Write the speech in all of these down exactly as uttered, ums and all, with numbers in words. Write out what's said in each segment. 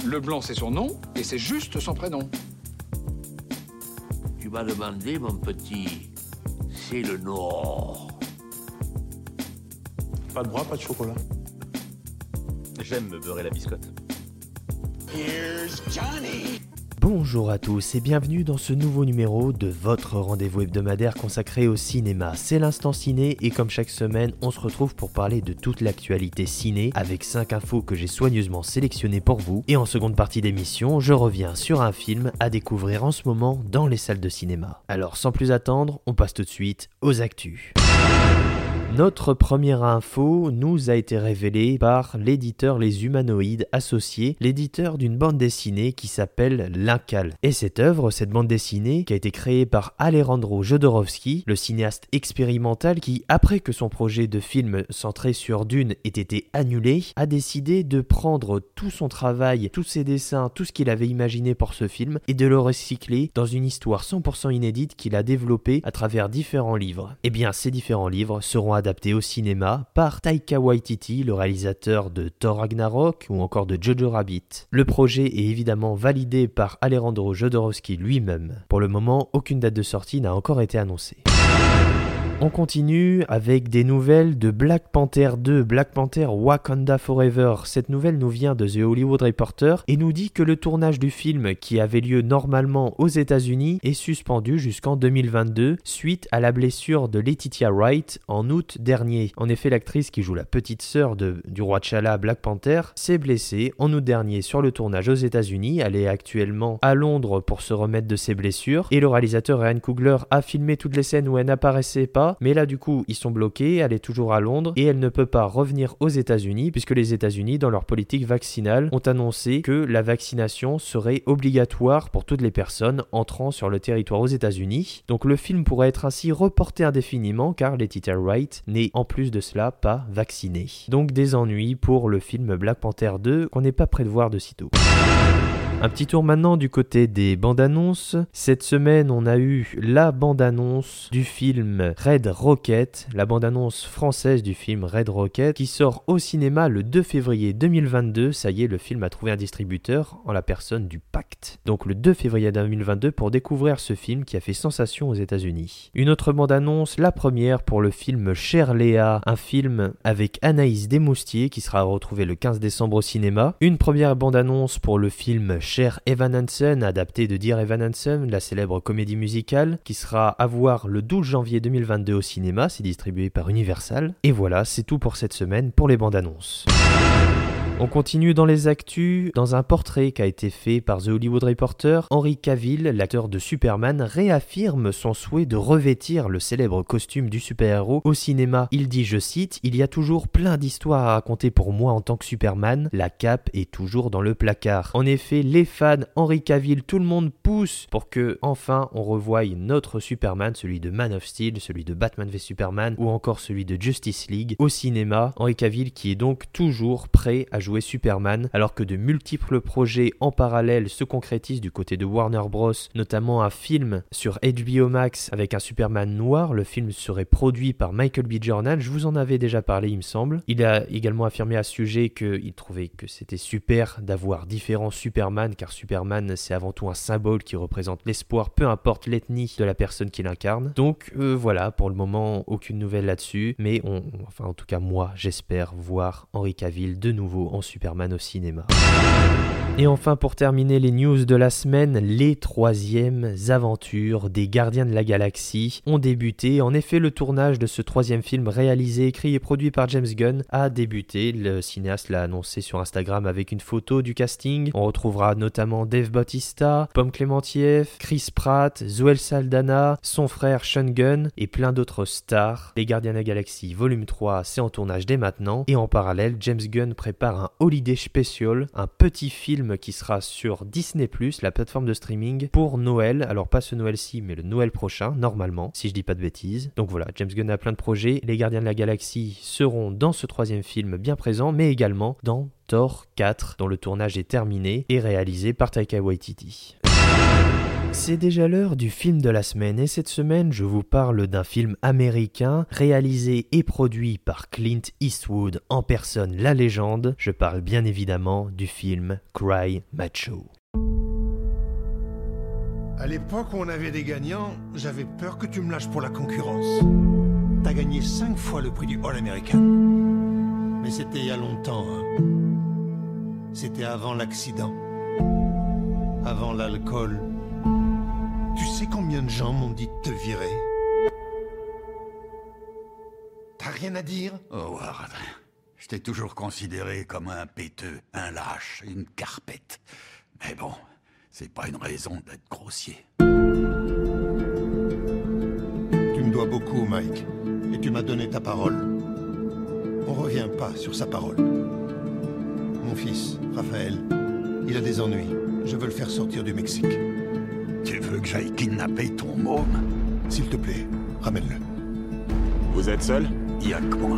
Le blanc, c'est son nom, et c'est juste son prénom. Tu m'as demandé, mon petit, c'est le Nord. Pas de bras, pas de chocolat. J'aime me beurrer la biscotte. Here's Johnny. Bonjour à tous et bienvenue dans ce nouveau numéro de votre rendez-vous hebdomadaire consacré au cinéma. C'est l'instant ciné et comme chaque semaine, on se retrouve pour parler de toute l'actualité ciné avec cinq infos que j'ai soigneusement sélectionnées pour vous. Et en seconde partie d'émission, je reviens sur un film à découvrir en ce moment dans les salles de cinéma. Alors sans plus attendre, on passe tout de suite aux actus. Notre première info nous a été révélée par l'éditeur Les Humanoïdes Associés, l'éditeur d'une bande dessinée qui s'appelle L'Incal. Et cette œuvre, cette bande dessinée, qui a été créée par Alejandro Jodorowsky, le cinéaste expérimental qui, après que son projet de film centré sur Dune ait été annulé, a décidé de prendre tout son travail, tous ses dessins, tout ce qu'il avait imaginé pour ce film, et de le recycler dans une histoire cent pour cent inédite qu'il a développée à travers différents livres. Et bien, ces différents livres seront adapté au cinéma par Taika Waititi, le réalisateur de Thor Ragnarok ou encore de Jojo Rabbit. Le projet est évidemment validé par Alejandro Jodorowsky lui-même. Pour le moment, aucune date de sortie n'a encore été annoncée. On continue avec des nouvelles de Black Panther deux, Black Panther Wakanda Forever. Cette nouvelle nous vient de The Hollywood Reporter et nous dit que le tournage du film, qui avait lieu normalement aux États-Unis, est suspendu jusqu'en deux mille vingt-deux suite à la blessure de Letitia Wright en août dernier. En effet, l'actrice qui joue la petite sœur de, du roi T'Challa, Black Panther, s'est blessée en août dernier sur le tournage aux États-Unis. Elle est actuellement à Londres pour se remettre de ses blessures et le réalisateur Ryan Coogler a filmé toutes les scènes où elle n'apparaissait pas. Mais là du coup ils sont bloqués, elle est toujours à Londres et elle ne peut pas revenir aux États-Unis puisque les États-Unis dans leur politique vaccinale ont annoncé que la vaccination serait obligatoire pour toutes les personnes entrant sur le territoire aux États-Unis. Donc le film pourrait être ainsi reporté indéfiniment car Letitia Wright n'est en plus de cela pas vaccinée. Donc des ennuis pour le film Black Panther deux qu'on n'est pas prêt de voir de sitôt. Un petit tour maintenant du côté des bandes-annonces. Cette semaine, on a eu la bande-annonce du film Red Rocket, la bande-annonce française du film Red Rocket, qui sort au cinéma le deux février deux mille vingt-deux. Ça y est, le film a trouvé un distributeur en la personne du Pacte. Donc le deux février deux mille vingt-deux pour découvrir ce film qui a fait sensation aux États-Unis. Une autre bande-annonce, la première pour le film Cher Léa, un film avec Anaïs Desmoustiers qui sera retrouvé le quinze décembre au cinéma. Une première bande-annonce pour le film Cher Evan Hansen, adapté de Dear Evan Hansen, la célèbre comédie musicale, qui sera à voir le douze janvier deux mille vingt-deux au cinéma, c'est distribué par Universal. Et voilà, c'est tout pour cette semaine pour les bandes annonces. On continue dans les actus, dans un portrait qui a été fait par The Hollywood Reporter. Henry Cavill, l'acteur de Superman, réaffirme son souhait de revêtir le célèbre costume du super-héros au cinéma. Il dit, je cite, « Il y a toujours plein d'histoires à raconter pour moi en tant que Superman, la cape est toujours dans le placard. » En effet, les fans, Henry Cavill, tout le monde pousse pour que enfin on revoie notre Superman, celui de Man of Steel, celui de Batman v Superman ou encore celui de Justice League au cinéma. Henry Cavill qui est donc toujours prêt à jouer Superman, alors que de multiples projets en parallèle se concrétisent du côté de Warner Bros, notamment un film sur H B O Max avec un Superman noir. Le film serait produit par Michael B. Jordan, je vous en avais déjà parlé il me semble. Il a également affirmé à ce sujet qu'il trouvait que c'était super d'avoir différents Superman, car Superman c'est avant tout un symbole qui représente l'espoir, peu importe l'ethnie de la personne qui l'incarne. Donc euh, voilà, pour le moment aucune nouvelle là-dessus, mais on, enfin en tout cas moi j'espère voir Henry Cavill de nouveau en Superman au cinéma. Et enfin, pour terminer les news de la semaine, les troisièmes aventures des Gardiens de la Galaxie ont débuté. En effet, le tournage de ce troisième film réalisé, écrit et produit par James Gunn a débuté. Le cinéaste l'a annoncé sur Instagram avec une photo du casting. On retrouvera notamment Dave Bautista, Pom Klementieff, Chris Pratt, Zoe Saldana, son frère Sean Gunn et plein d'autres stars. Les Gardiens de la Galaxie volume trois, c'est en tournage dès maintenant. Et en parallèle, James Gunn prépare un Holiday Special, un petit film qui sera sur Disney plus, la plateforme de streaming, pour Noël. Alors pas ce Noël-ci, mais le Noël prochain, normalement, si je dis pas de bêtises. Donc voilà, James Gunn a plein de projets. Les Gardiens de la Galaxie seront dans ce troisième film bien présent, mais également dans Thor quatre, dont le tournage est terminé et réalisé par Taika Waititi. C'est déjà l'heure du film de la semaine et cette semaine je vous parle d'un film américain réalisé et produit par Clint Eastwood en personne la légende. Je parle bien évidemment du film Cry Macho. À l'époque où on avait des gagnants, j'avais peur que tu me lâches pour la concurrence. T'as gagné cinq fois le prix du All-American. Mais c'était il y a longtemps, hein. C'était avant l'accident. Avant l'alcool. Tu sais combien de gens m'ont dit de te virer? T'as rien à dire? Oh, Ward, je t'ai toujours considéré comme un péteux, un lâche, une carpette. Mais bon, c'est pas une raison d'être grossier. Tu me dois beaucoup, Mike. Et tu m'as donné ta parole. On revient pas sur sa parole. Mon fils, Raphaël, il a des ennuis. Je veux le faire sortir du Mexique. Tu veux que j'aille kidnapper ton môme? S'il te plaît, ramène-le. Vous êtes seul? Y'a que moi.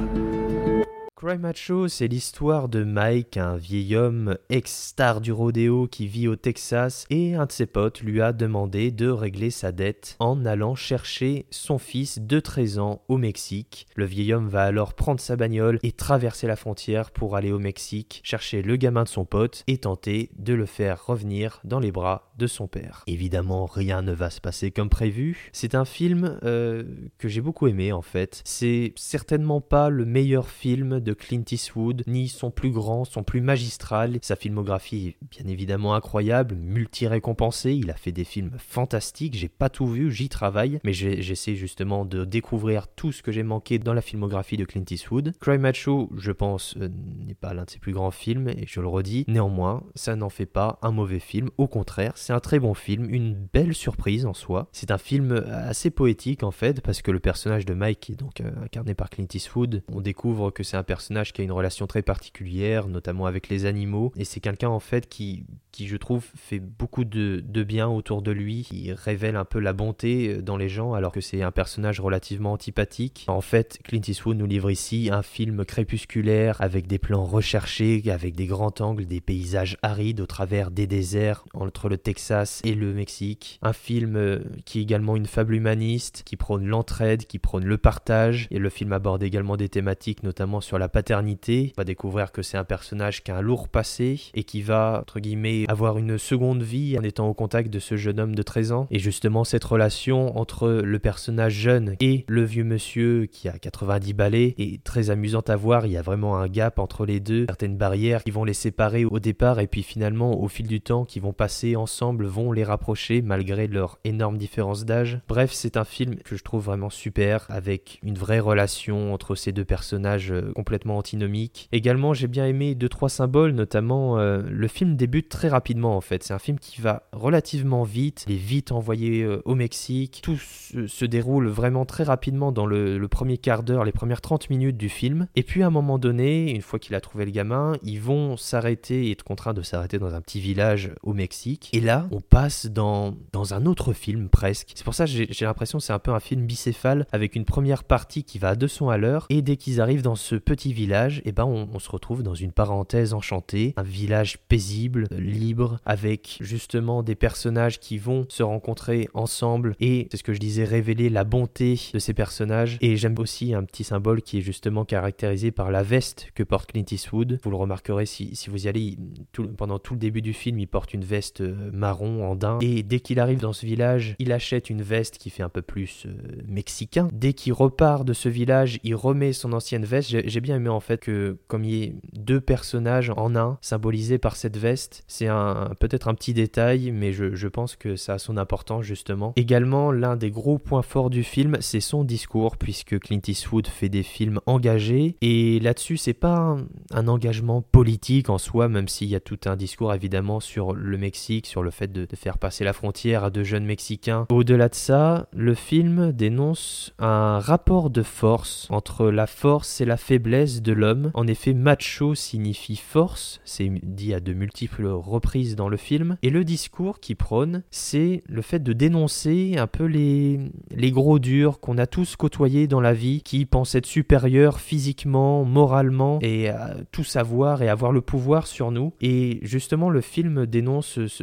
Cry Macho, c'est l'histoire de Mike, un vieil homme ex-star du rodéo qui vit au Texas, et un de ses potes lui a demandé de régler sa dette en allant chercher son fils de treize ans au Mexique. Le vieil homme va alors prendre sa bagnole et traverser la frontière pour aller au Mexique, chercher le gamin de son pote et tenter de le faire revenir dans les bras de son père. Évidemment, rien ne va se passer comme prévu. C'est un film euh, que j'ai beaucoup aimé en fait. C'est certainement pas le meilleur film de Clint Eastwood, ni son plus grand, son plus magistral. Sa filmographie est bien évidemment incroyable, multi-récompensée, il a fait des films fantastiques, j'ai pas tout vu, j'y travaille, mais j'ai, j'essaie justement de découvrir tout ce que j'ai manqué dans la filmographie de Clint Eastwood. Cry Macho, je pense, euh, n'est pas l'un de ses plus grands films, et je le redis, néanmoins, ça n'en fait pas un mauvais film, au contraire, c'est un très bon film, une belle surprise en soi. C'est un film assez poétique en fait, parce que le personnage de Mike, qui est donc euh, incarné par Clint Eastwood, on découvre que c'est un personnage qui a une relation très particulière, notamment avec les animaux, et c'est quelqu'un en fait qui, qui je trouve fait beaucoup de, de bien autour de lui, qui révèle un peu la bonté dans les gens alors que c'est un personnage relativement antipathique. En fait, Clint Eastwood nous livre ici un film crépusculaire avec des plans recherchés, avec des grands angles, des paysages arides au travers des déserts entre le Texas et le Mexique. Un film qui est également une fable humaniste, qui prône l'entraide, qui prône le partage, et le film aborde également des thématiques notamment sur la paternité. On va découvrir que c'est un personnage qui a un lourd passé et qui va, entre guillemets, avoir une seconde vie en étant au contact de ce jeune homme de treize ans. Et justement, cette relation entre le personnage jeune et le vieux monsieur qui a quatre-vingt-dix balais est très amusante à voir. Il y a vraiment un gap entre les deux, certaines barrières qui vont les séparer au départ et puis finalement, au fil du temps, qui vont passer ensemble, vont les rapprocher malgré leur énorme différence d'âge. Bref, c'est un film que je trouve vraiment super, avec une vraie relation entre ces deux personnages complètement antinomique. Également, j'ai bien aimé deux trois symboles, notamment euh, le film débute très rapidement en fait. C'est un film qui va relativement vite, il est vite envoyé euh, au Mexique. Tout se, se déroule vraiment très rapidement dans le, le premier quart d'heure, les premières trente minutes du film. Et puis à un moment donné, une fois qu'il a trouvé le gamin, ils vont s'arrêter et être contraints de s'arrêter dans un petit village au Mexique. Et là, on passe dans, dans un autre film presque. C'est pour ça que j'ai, j'ai l'impression que c'est un peu un film bicéphale avec une première partie qui va à deux cents à l'heure et dès qu'ils arrivent dans ce petit village, et eh ben on, on se retrouve dans une parenthèse enchantée, un village paisible, libre, avec justement des personnages qui vont se rencontrer ensemble et, c'est ce que je disais, révéler la bonté de ces personnages. Et j'aime aussi un petit symbole qui est justement caractérisé par la veste que porte Clint Eastwood. Vous le remarquerez si, si vous y allez, tout, pendant tout le début du film, il porte une veste marron en daim, et dès qu'il arrive dans ce village, il achète une veste qui fait un peu plus euh, mexicain. Dès qu'il repart de ce village, il remet son ancienne veste. J'ai, j'ai bien aimé en fait que comme il y ait deux personnages en un symbolisés par cette veste, c'est un, peut-être un petit détail, mais je, je pense que ça a son importance justement. Également, l'un des gros points forts du film, c'est son discours, puisque Clint Eastwood fait des films engagés, et là-dessus c'est pas un, un engagement politique en soi, même s'il y a tout un discours évidemment sur le Mexique, sur le fait de, de faire passer la frontière à de jeunes Mexicains. Au-delà de ça, le film dénonce un rapport de force entre la force et la faiblesse de l'homme. En effet, macho signifie force, c'est dit à de multiples reprises dans le film, et le discours qui prône, c'est le fait de dénoncer un peu les, les gros durs qu'on a tous côtoyés dans la vie, qui pensent être supérieurs physiquement, moralement, et à tout savoir et avoir le pouvoir sur nous. Et justement, le film dénonce ce, ce,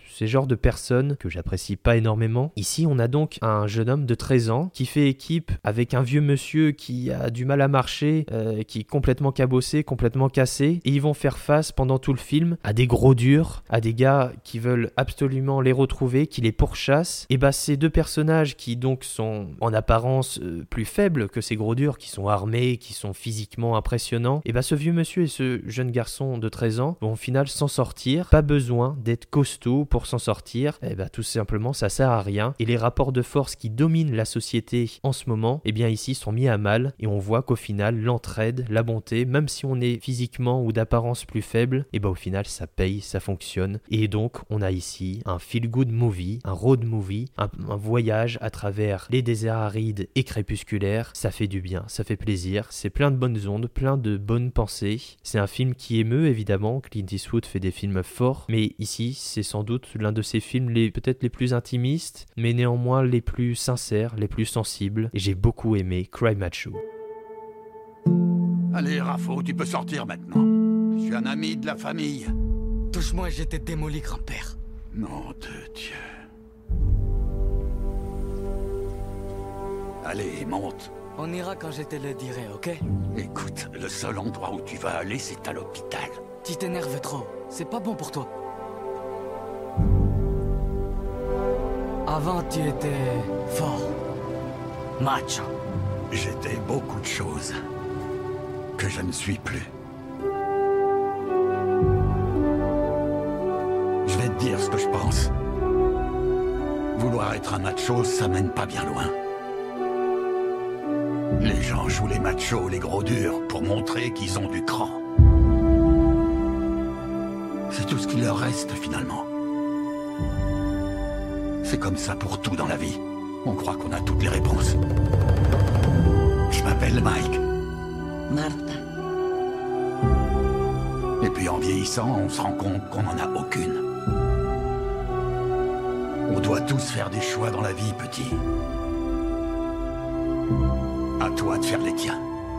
ces genres de personnes que j'apprécie pas énormément. Ici, on a donc un jeune homme de treize ans qui fait équipe avec un vieux monsieur qui a du mal à marcher, euh, qui est complètement cabossé, complètement cassé, et ils vont faire face pendant tout le film à des gros durs, à des gars qui veulent absolument les retrouver, qui les pourchassent. Et bah ces deux personnages qui donc sont en apparence euh, plus faibles que ces gros durs, qui sont armés, qui sont physiquement impressionnants, et bah ce vieux monsieur et ce jeune garçon de treize ans vont au final s'en sortir. Pas besoin d'être costaud pour s'en sortir, et bah tout simplement ça sert à rien. Et les rapports de force qui dominent la société en ce moment, et bien ici sont mis à mal, et on voit qu'au final l'entraide, la bonté, même si on est physiquement ou d'apparence plus faible, et bah au final ça paye, ça fonctionne. Et donc on a ici un feel-good movie, un road movie, un, un voyage à travers les déserts arides et crépusculaires. Ça fait du bien, ça fait plaisir, c'est plein de bonnes ondes, plein de bonnes pensées. C'est un film qui émeut évidemment, Clint Eastwood fait des films forts, mais ici c'est sans doute l'un de ses films les, peut-être les plus intimistes, mais néanmoins les plus sincères, les plus sensibles, et j'ai beaucoup aimé Cry Macho. Allez, Raffo, tu peux sortir maintenant. Je suis un ami de la famille. Touche-moi, j'étais démoli, grand-père. Nom de Dieu. Allez, monte. On ira quand je te le dirai, ok? Écoute, le seul endroit où tu vas aller, c'est à l'hôpital. Tu t'énerves trop. C'est pas bon pour toi. Avant, tu étais fort. Macho. J'étais beaucoup de choses que je ne suis plus. Je vais te dire ce que je pense. Vouloir être un macho, ça mène pas bien loin. Les gens jouent les machos, les gros durs, pour montrer qu'ils ont du cran. C'est tout ce qui leur reste, finalement. C'est comme ça pour tout dans la vie. On croit qu'on a toutes les réponses. Je m'appelle Mike. Martha. Et puis en vieillissant, on se rend compte qu'on n'en a aucune. On doit tous faire des choix dans la vie, petit. À toi de faire les tiens.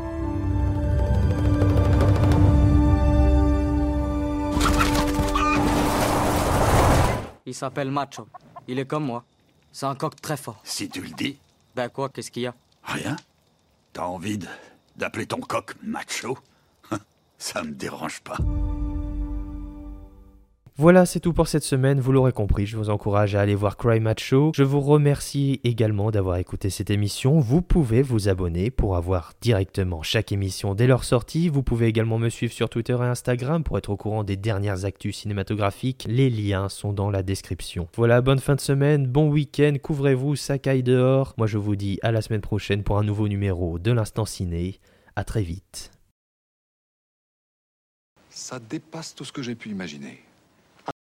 Il s'appelle Macho. Il est comme moi. C'est un coq très fort. Si tu le dis. Ben quoi, qu'est-ce qu'il y a? Rien. T'as envie de- d'appeler ton coq macho? Ça me dérange pas. Voilà, c'est tout pour cette semaine, vous l'aurez compris, je vous encourage à aller voir Cry Macho. Je vous remercie également d'avoir écouté cette émission. Vous pouvez vous abonner pour avoir directement chaque émission dès leur sortie. Vous pouvez également me suivre sur Twitter et Instagram pour être au courant des dernières actus cinématographiques. Les liens sont dans la description. Voilà, bonne fin de semaine, bon week-end, couvrez-vous, ça caille dehors. Moi je vous dis à la semaine prochaine pour un nouveau numéro de l'Instant Ciné. À très vite. Ça dépasse tout ce que j'ai pu imaginer.